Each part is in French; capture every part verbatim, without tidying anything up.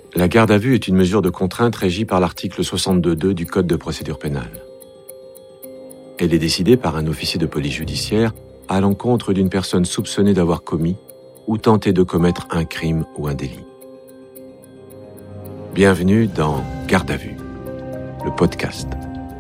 La garde à vue est une mesure de contrainte régie par l'article soixante-deux point deux du Code de procédure pénale. Elle est décidée par un officier de police judiciaire à l'encontre d'une personne soupçonnée d'avoir commis ou tenté de commettre un crime ou un délit. Bienvenue dans Garde à vue, le podcast.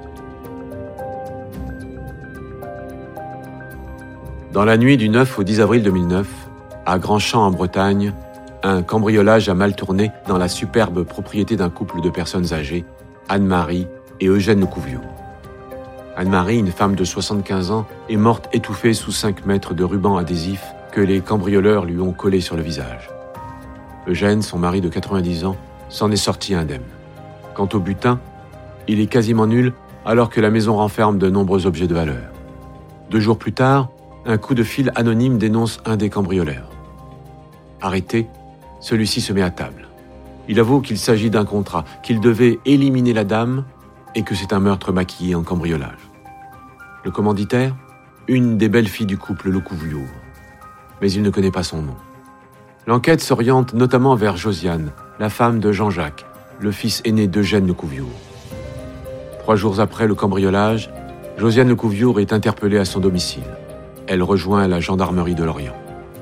Dans la nuit du neuf au dix avril deux mille neuf, à Grandchamp en Bretagne, un cambriolage a mal tourné dans la superbe propriété d'un couple de personnes âgées, Anne-Marie et Eugène Lecouviou. Anne-Marie, une femme de soixante-quinze ans, est morte étouffée sous cinq mètres de ruban adhésif que les cambrioleurs lui ont collé sur le visage. Eugène, son mari de quatre-vingt-dix ans, s'en est sorti indemne. Quant au butin, il est quasiment nul alors que la maison renferme de nombreux objets de valeur. Deux jours plus tard, un coup de fil anonyme dénonce un des cambrioleurs. Arrêté, celui-ci se met à table. Il avoue qu'il s'agit d'un contrat, qu'il devait éliminer la dame et que c'est un meurtre maquillé en cambriolage. Le commanditaire, une des belles filles du couple Lecouviou. Mais il ne connaît pas son nom. L'enquête s'oriente notamment vers Josiane, la femme de Jean-Jacques, le fils aîné d'Eugène Lecouviou. Trois jours après le cambriolage, Josiane Lecouviou est interpellée à son domicile. Elle rejoint la gendarmerie de Lorient.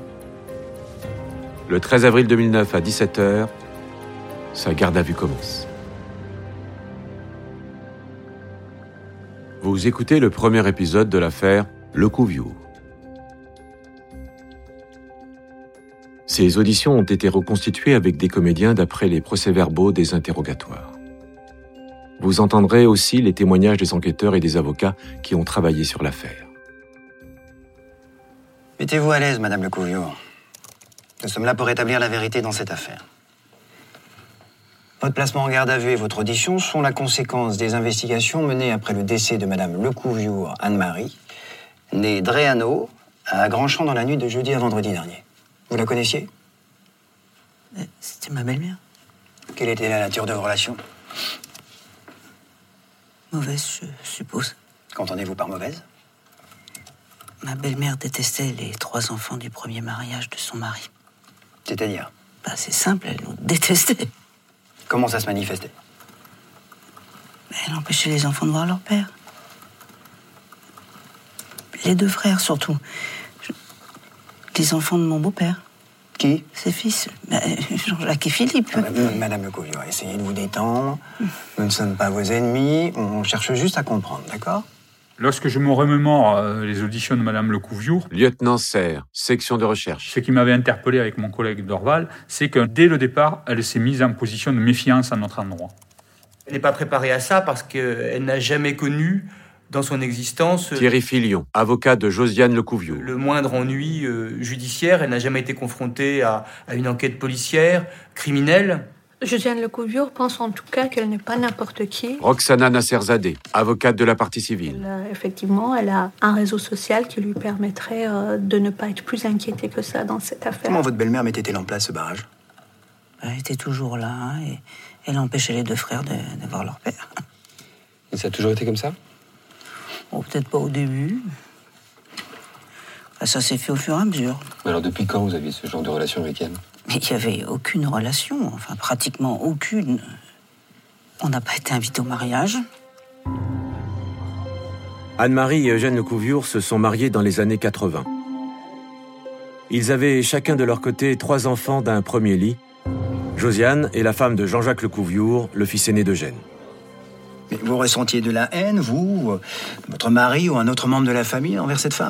Le treize avril deux mille neuf à dix-sept heures, sa garde à vue commence. Vous écoutez le premier épisode de l'affaire Lecouviou. Ces auditions ont été reconstituées avec des comédiens d'après les procès-verbaux des interrogatoires. Vous entendrez aussi les témoignages des enquêteurs et des avocats qui ont travaillé sur l'affaire. Mettez-vous à l'aise, Madame Lecouviou. Nous sommes là pour établir la vérité dans cette affaire. Votre placement en garde à vue et votre audition sont la conséquence des investigations menées après le décès de Madame Lecouviou Anne-Marie, née Dréano, à Grandchamp dans la nuit de jeudi à vendredi dernier. Vous la connaissiez ? C'était ma belle-mère. Quelle était la nature de vos relations ? Mauvaise, je suppose. Qu'entendez-vous par mauvaise ? Ma belle-mère détestait les trois enfants du premier mariage de son mari. C'est-à-dire ? Bah, c'est simple, elle nous détestait. Comment ça se manifestait ? Elle empêchait les enfants de voir leur père. Les deux frères, surtout. Je... Les enfants de mon beau-père. Qui ? Ses fils. Bah, Jean-Jacques et Philippe. Ah, bah, Madame Lecouviou, essayez de vous détendre. Nous ne sommes pas vos ennemis. On cherche juste à comprendre, d'accord ? Lorsque je me remémore euh, les auditions de Madame Lecouviou, Lieutenant Serre, section de recherche. ce qui m'avait interpellé avec mon collègue Dorval, c'est que dès le départ, elle s'est mise en position de méfiance à notre endroit. Elle n'est pas préparée à ça parce qu'elle n'a jamais connu dans son existence Thierry Filion, avocat de Josiane Lecouviou. le moindre ennui euh, judiciaire. Elle n'a jamais été confrontée à, à une enquête policière, criminelle. Josiane Lecouviou pense en tout cas qu'elle n'est pas n'importe qui. Roxana Nasserzadeh, avocate de la partie civile. Elle, euh, effectivement, elle a un réseau social qui lui permettrait euh, de ne pas être plus inquiétée que ça dans cette affaire. Comment votre belle-mère mettait-elle en place ce barrage ? Elle était toujours là hein, et elle empêchait les deux frères de, de voir leur père. Et ça a toujours été comme ça ? Oh, peut-être pas au début. Enfin, ça s'est fait au fur et à mesure. Alors depuis quand vous aviez ce genre de relation avec elle ? Mais il n'y avait aucune relation, enfin pratiquement aucune. On n'a pas été invités au mariage. Anne-Marie et Eugène Lecouviou se sont mariés dans les années quatre-vingts. Ils avaient chacun de leur côté trois enfants d'un premier lit. Josiane est la femme de Jean-Jacques Lecouviou, le fils aîné d'Eugène. Mais vous ressentiez de la haine, vous, euh, votre mari ou un autre membre de la famille envers cette femme ?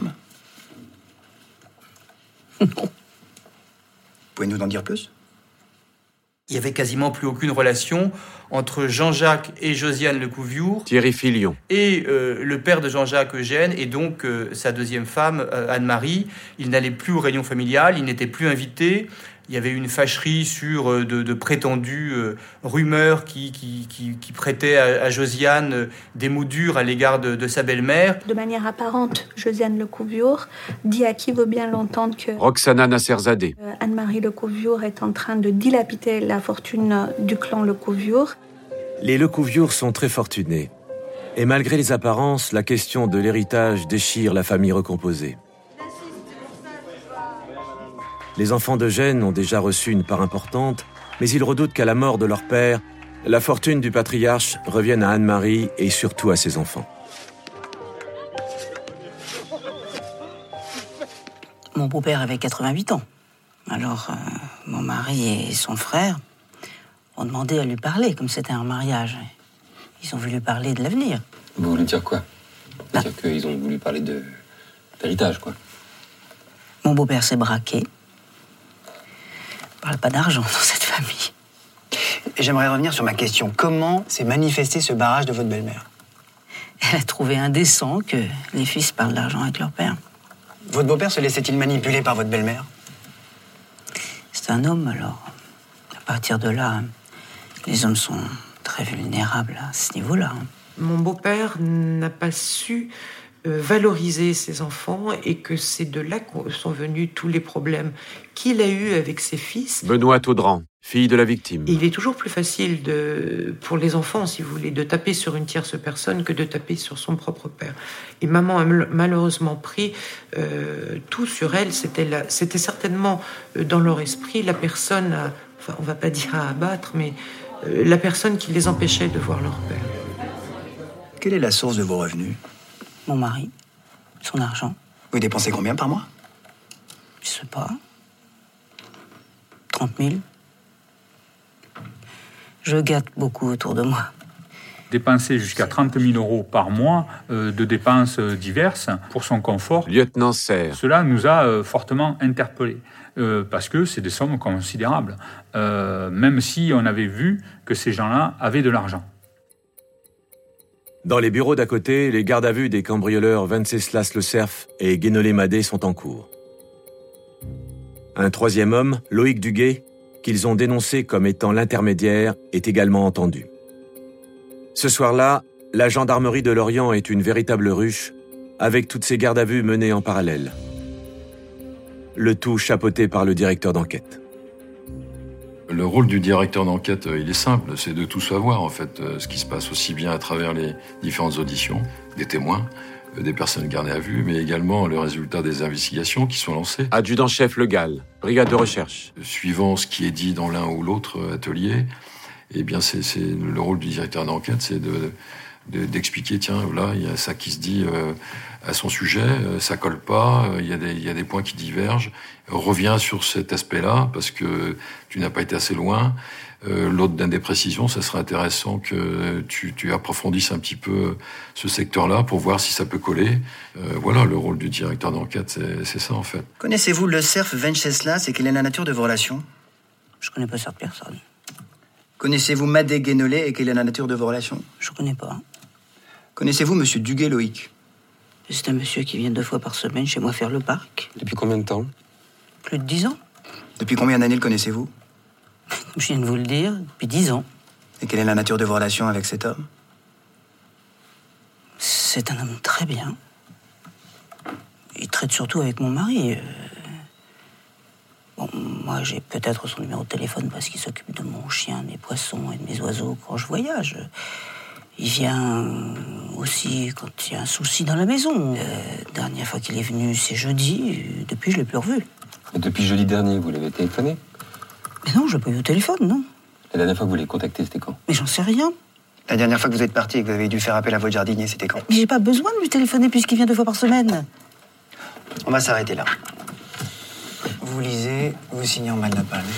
Non. Pouvez-vous nous en dire plus ? Il n'y avait quasiment plus aucune relation entre Jean-Jacques et Josiane Lecouviou Thierry Filion. et euh, le père de Jean-Jacques, Eugène, et donc euh, sa deuxième femme, euh, Anne-Marie. Ils n'allaient plus aux réunions familiales, ils n'étaient plus invités. Il y avait une fâcherie sur euh, de, de prétendues euh, rumeurs qui, qui, qui, qui prêtaient à, à Josiane euh, des mots durs à l'égard de, de sa belle-mère. De manière apparente, Josiane Lecouviou dit à qui veut bien l'entendre que Roxana Nasserzadeh. euh, Anne-Marie Lecouviou est en train de dilapider la fortune du clan Lecouviou. Les Lecouviou sont très fortunés. Et malgré les apparences, la question de l'héritage déchire la famille recomposée. Les enfants d'Eugène ont déjà reçu une part importante mais ils redoutent qu'à la mort de leur père, la fortune du patriarche revienne à Anne-Marie et surtout à ses enfants. Mon beau-père avait quatre-vingt-huit ans. Alors, euh, mon mari et son frère ont demandé à lui parler, comme c'était un mariage. Ils ont voulu parler de l'avenir. Vous voulez dire quoi? Ah. Dire qu'ils ont voulu parler de d'héritage, quoi. Mon beau-père s'est braqué. On parle pas d'argent dans cette famille. J'aimerais revenir sur ma question. Comment s'est manifesté ce barrage de votre belle-mère? Elle a trouvé indécent que les fils parlent d'argent avec leur père. Votre beau-père se laissait-il manipuler par votre belle-mère? C'est un homme, alors. À partir de là, les hommes sont très vulnérables à ce niveau-là. Mon beau-père n'a pas su euh, valoriser ses enfants et que c'est de là que sont venus tous les problèmes qu'il a eus avec ses fils. Benoît Audran, fille de la victime. Et il est toujours plus facile de, pour les enfants, si vous voulez, de taper sur une tierce personne que de taper sur son propre père. Et maman a malheureusement pris euh, tout sur elle. C'était, la, c'était certainement euh, dans leur esprit la personne, à, enfin on va pas dire à abattre, mais euh, la personne qui les empêchait de voir leur père. Quelle est la source de vos revenus? Mon mari, son argent. Vous dépensez combien par mois? Je sais pas. trente mille. Je gâte beaucoup autour de moi. Dépenser jusqu'à trente mille euros par mois euh, de dépenses diverses pour son confort. Lieutenant Serre. Cela nous a euh, fortement interpellés, euh, parce que c'est des sommes considérables, euh, même si on avait vu que ces gens-là avaient de l'argent. Dans les bureaux d'à côté, les gardes à vue des cambrioleurs Venceslas Le Cerf et Guénolé Madé sont en cours. Un troisième homme, Loïc Duguay, qu'ils ont dénoncé comme étant l'intermédiaire, est également entendu. Ce soir-là, la gendarmerie de Lorient est une véritable ruche, avec toutes ces gardes à vue menées en parallèle. Le tout chapeauté par le directeur d'enquête. Le rôle du directeur d'enquête, il est simple, c'est de tout savoir, en fait, ce qui se passe aussi bien à travers les différentes auditions, des témoins, des personnes gardées à vue, mais également le résultat des investigations qui sont lancées. Adjudant-chef Le Gall, brigade de recherche. Suivant ce qui est dit dans l'un ou l'autre atelier, eh bien, c'est, c'est le rôle du directeur d'enquête, c'est de, de, d'expliquer, tiens, là, il y a ça qui se dit euh, à son sujet, euh, ça colle pas, euh, il y a des, il y a des points qui divergent. Reviens sur cet aspect-là, parce que tu n'as pas été assez loin. Euh, l'autre d'un des précisions, ça serait intéressant que tu, tu approfondisses un petit peu ce secteur-là pour voir si ça peut coller. Euh, voilà, le rôle du directeur d'enquête, c'est, c'est ça, en fait. Connaissez-vous le cerf Venceslas et quelle est la nature de vos relations? Je connais pas cette personne. Connaissez-vous Madé Guénolé et quelle est la nature de vos relations? Je connais pas. Connaissez-vous monsieur Duguay Loïc? C'est un monsieur qui vient deux fois par semaine chez moi faire le parc. Depuis combien de temps? Plus de dix ans. Depuis combien d'années le connaissez-vous? Comme je viens de vous le dire, depuis dix ans. Et quelle est la nature de vos relations avec cet homme? C'est un homme très bien. Il traite surtout avec mon mari. Euh... Bon, moi, j'ai peut-être son numéro de téléphone parce qu'il s'occupe de mon chien, des poissons et de mes oiseaux quand je voyage. Il vient aussi quand il y a un souci dans la maison. La dernière fois qu'il est venu, c'est jeudi. Depuis, je ne l'ai plus revu. Et depuis jeudi dernier, vous l'avez téléphoné? Mais non, je l'ai pas eu au téléphone, non. La dernière fois que vous l'avez contacté, c'était quand? Mais j'en sais rien. La dernière fois que vous êtes parti et que vous avez dû faire appel à votre jardinier, c'était quand? Mais j'ai pas besoin de lui téléphoner puisqu'il vient deux fois par semaine. On va s'arrêter là. Vous lisez, vous signez en mal de palme.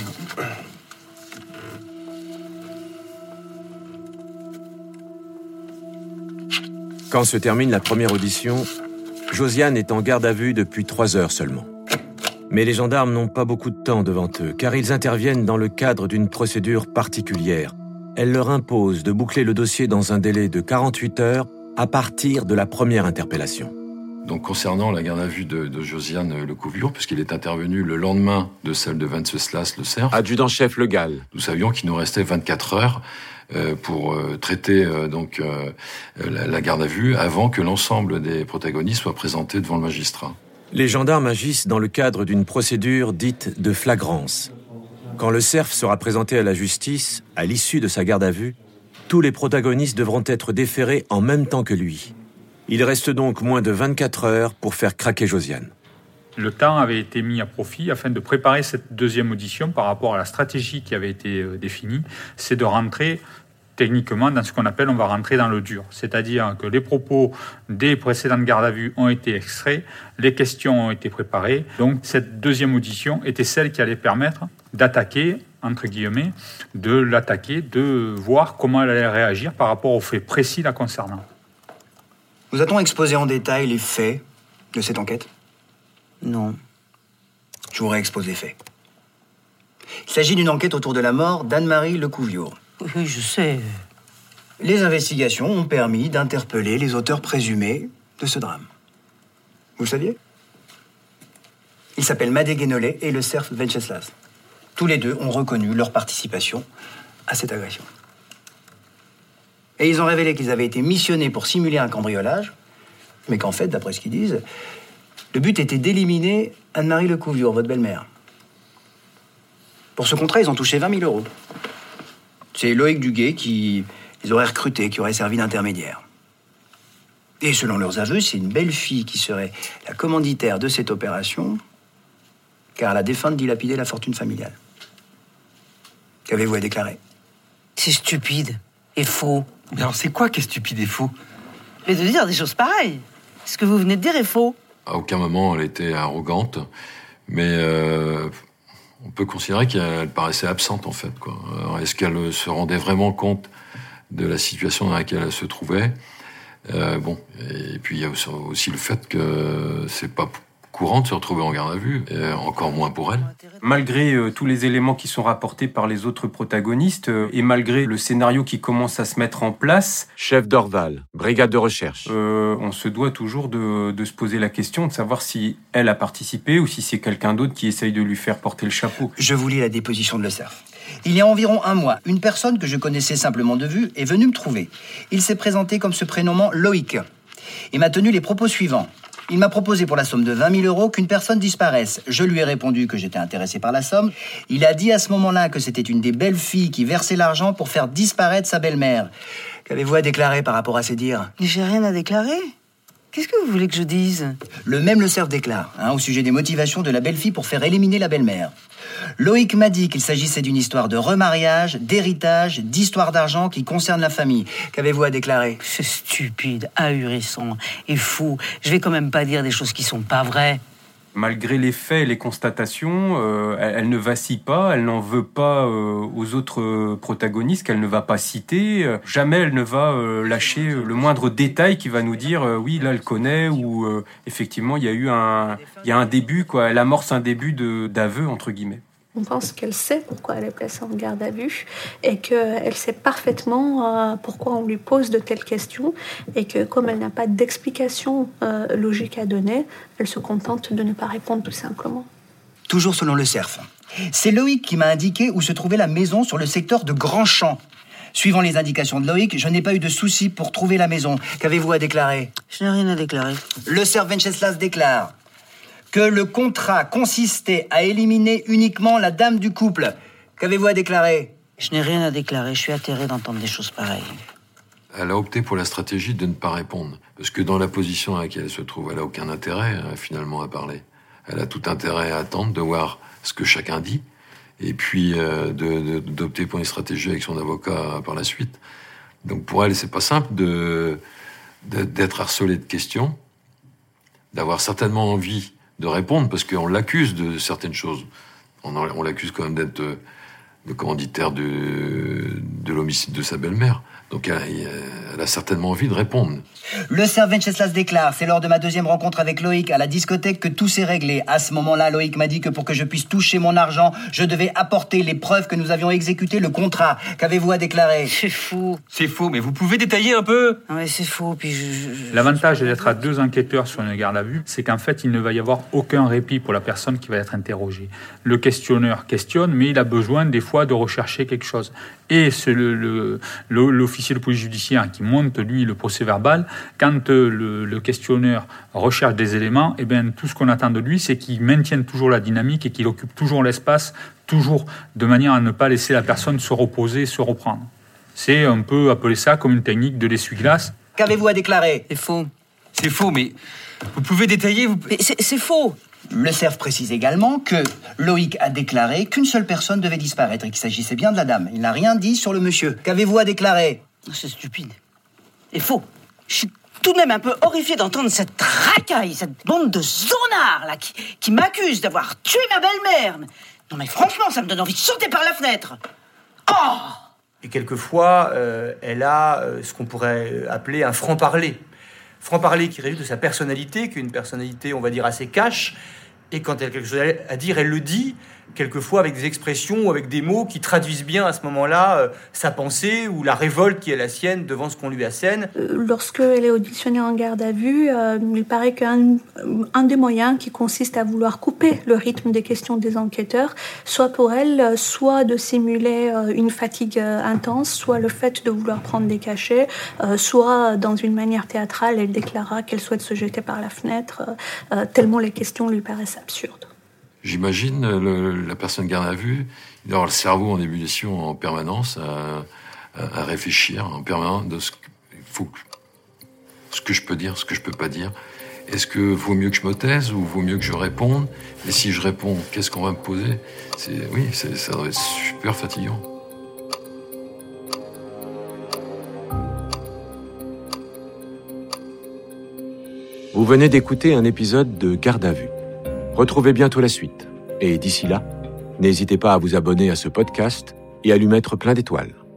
Quand se termine la première audition, Josiane est en garde à vue depuis trois heures seulement. Mais les gendarmes n'ont pas beaucoup de temps devant eux, car ils interviennent dans le cadre d'une procédure particulière. Elle leur impose de boucler le dossier dans un délai de quarante-huit heures à partir de la première interpellation. Donc, concernant la garde à vue de, de Josiane Lecouviure, puisqu'il est intervenu le lendemain de celle de Venceslas Le Cerf, adjudant-chef Le Gall, nous savions qu'il nous restait vingt-quatre heures euh, pour euh, traiter euh, donc euh, la, la garde à vue avant que l'ensemble des protagonistes soient présentés devant le magistrat. Les gendarmes agissent dans le cadre d'une procédure dite de flagrance. Quand Le Cerf sera présenté à la justice, à l'issue de sa garde à vue, tous les protagonistes devront être déférés en même temps que lui. Il reste donc moins de vingt-quatre heures pour faire craquer Josiane. Le temps avait été mis à profit afin de préparer cette deuxième audition par rapport à la stratégie qui avait été définie, c'est de rentrer techniquement dans ce qu'on appelle, on va rentrer dans le dur. C'est-à-dire que les propos des précédentes gardes à vue ont été extraits, les questions ont été préparées. Donc cette deuxième audition était celle qui allait permettre d'attaquer, entre guillemets, de l'attaquer, de voir comment elle allait réagir par rapport aux faits précis la concernant. Vous a-t-on exposé en détail les faits de cette enquête ? Non. Je vous réexpose les faits. Il s'agit d'une enquête autour de la mort d'Anne-Marie Lecouviure. Oui, je sais. Les investigations ont permis d'interpeller les auteurs présumés de ce drame. Vous le saviez ? Ils s'appellent Madé Guénolé et le cerf Venceslas. Tous les deux ont reconnu leur participation à cette agression. Et ils ont révélé qu'ils avaient été missionnés pour simuler un cambriolage, mais qu'en fait, d'après ce qu'ils disent, le but était d'éliminer Anne-Marie Lecouviure, votre belle-mère. Pour ce contrat, ils ont touché vingt mille euros. C'est Loïc Duguay qui les aurait recrutés, qui aurait servi d'intermédiaire. Et selon leurs aveux, c'est une belle fille qui serait la commanditaire de cette opération, car la défunte dilapidait la fortune familiale. Qu'avez-vous à déclarer ? C'est stupide et faux. Mais alors c'est quoi qui est stupide et faux ? Mais de dire des choses pareilles. Ce que vous venez de dire est faux. À aucun moment elle était arrogante, mais euh, on peut considérer qu'elle paraissait absente en fait, quoi. Alors, est-ce qu'elle se rendait vraiment compte de la situation dans laquelle elle se trouvait ? euh, Bon, et puis il y a aussi le fait que c'est pas courant de se retrouver en garde à vue, et encore moins pour elle. Malgré euh, tous les éléments qui sont rapportés par les autres protagonistes, euh, et malgré le scénario qui commence à se mettre en place... Chef d'Orval, brigade de recherche. Euh, on se doit toujours de, de se poser la question de savoir si elle a participé ou si c'est quelqu'un d'autre qui essaye de lui faire porter le chapeau. Je vous lis la déposition de Le Cerf. Il y a environ un mois, une personne que je connaissais simplement de vue est venue me trouver. Il s'est présenté comme se prénommant Loïc et m'a tenu les propos suivants. Il m'a proposé pour la somme de vingt mille euros qu'une personne disparaisse. Je lui ai répondu que j'étais intéressé par la somme. Il a dit à ce moment-là que c'était une des belles filles qui versait l'argent pour faire disparaître sa belle-mère. Qu'avez-vous à déclarer par rapport à ces dires ? J'ai rien à déclarer. Qu'est-ce que vous voulez que je dise ? Le même Le Cerf déclare, hein, au sujet des motivations de la belle-fille pour faire éliminer la belle-mère. Loïc m'a dit qu'il s'agissait d'une histoire de remariage, d'héritage, d'histoire d'argent qui concerne la famille. Qu'avez-vous à déclarer ? C'est stupide, ahurissant et fou. Je vais quand même pas dire des choses qui sont pas vraies. Malgré les faits et les constatations, euh, elle, elle ne vacille pas, elle n'en veut pas euh, aux autres protagonistes qu'elle ne va pas citer. Euh, jamais elle ne va euh, lâcher le moindre détail qui va nous dire euh, oui, là elle connaît, ou euh, effectivement il y a eu un, il y a un début, quoi. Elle amorce un début de, d'aveu, entre guillemets. On pense qu'elle sait pourquoi elle est placée en garde à vue et qu'elle sait parfaitement euh, pourquoi on lui pose de telles questions et que comme elle n'a pas d'explication euh, logique à donner, elle se contente de ne pas répondre tout simplement. Toujours selon Le Cerf. C'est Loïc qui m'a indiqué où se trouvait la maison sur le secteur de Grand-Champ. Suivant les indications de Loïc, je n'ai pas eu de soucis pour trouver la maison. Qu'avez-vous à déclarer ? Je n'ai rien à déclarer. Le cerf Venceslas déclare que le contrat consistait à éliminer uniquement la dame du couple. Qu'avez-vous à déclarer ? Je n'ai rien à déclarer, je suis atterré d'entendre des choses pareilles. Elle a opté pour la stratégie de ne pas répondre. Parce que dans la position à laquelle elle se trouve, elle n'a aucun intérêt, hein, finalement, à parler. Elle a tout intérêt à attendre de voir ce que chacun dit, et puis euh, de, de, d'opter pour une stratégie avec son avocat par la suite. Donc pour elle, c'est pas simple de, de, d'être harcelée de questions, d'avoir certainement envie de répondre, parce qu'on l'accuse de certaines choses. On, en, on l'accuse quand même d'être euh, le commanditaire de, de l'homicide de sa belle-mère. Donc elle, elle a certainement envie de répondre. Le cerf Venceslas déclare, c'est lors de ma deuxième rencontre avec Loïc à la discothèque que tout s'est réglé. À ce moment-là, Loïc m'a dit que pour que je puisse toucher mon argent, je devais apporter les preuves que nous avions exécuté le contrat. Qu'avez-vous à déclarer ? C'est faux. C'est faux, mais vous pouvez détailler un peu ? Ouais, c'est faux, puis je... je... L'avantage d'être à deux enquêteurs sur une garde à vue, c'est qu'en fait, il ne va y avoir aucun répit pour la personne qui va être interrogée. Le questionneur questionne, mais il a besoin des fois de rechercher quelque chose. Et c'est le, le, le, l'officier de police judiciaire qui monte, lui, le procès-verbal. Quand euh, le, le questionneur recherche des éléments, eh bien, tout ce qu'on attend de lui, c'est qu'il maintienne toujours la dynamique et qu'il occupe toujours l'espace, toujours de manière à ne pas laisser la personne se reposer, se reprendre. C'est, on peut appeler ça comme une technique de l'essuie-glace. Qu'avez-vous à déclarer ? C'est faux. C'est faux, mais vous pouvez détailler vous... Mais c'est, c'est faux. Le C E R F précise également que Loïc a déclaré qu'une seule personne devait disparaître et qu'il s'agissait bien de la dame. Il n'a rien dit sur le monsieur. Qu'avez-vous à déclarer? C'est stupide. Et faux. Je suis tout de même un peu horrifié d'entendre cette racaille, cette bande de zonards, là, qui, qui m'accuse d'avoir tué ma belle-mère. Non mais franchement, ça me donne envie de sauter par la fenêtre. Oh! Et quelquefois, euh, elle a euh, ce qu'on pourrait appeler un franc-parler. Franc-parler qui résulte de sa personnalité, qui est une personnalité, on va dire, assez cash. Et quand elle a quelque chose à dire, elle le dit, quelquefois avec des expressions ou avec des mots qui traduisent bien à ce moment-là euh, sa pensée ou la révolte qui est la sienne devant ce qu'on lui assène. Lorsqu'elle est auditionnée en garde à vue, euh, il paraît qu'un un des moyens qui consiste à vouloir couper le rythme des questions des enquêteurs, soit pour elle, soit de simuler euh, une fatigue euh, intense, soit le fait de vouloir prendre des cachets, euh, soit dans une manière théâtrale, elle déclara qu'elle souhaite se jeter par la fenêtre, euh, tellement les questions lui paraissent absurdes. J'imagine le, la personne garde à vue, il doit avoir le cerveau en ébullition en permanence, à, à, à réfléchir en permanence de ce, faut, ce que je peux dire, ce que je peux pas dire. Est-ce que vaut mieux que je me taise ou vaut mieux que je réponde? Et si je réponds, qu'est-ce qu'on va me poser? C'est, oui, c'est, ça doit être super fatigant. Vous venez d'écouter un épisode de Garde à vue. Retrouvez bientôt la suite. Et d'ici là, n'hésitez pas à vous abonner à ce podcast et à lui mettre plein d'étoiles.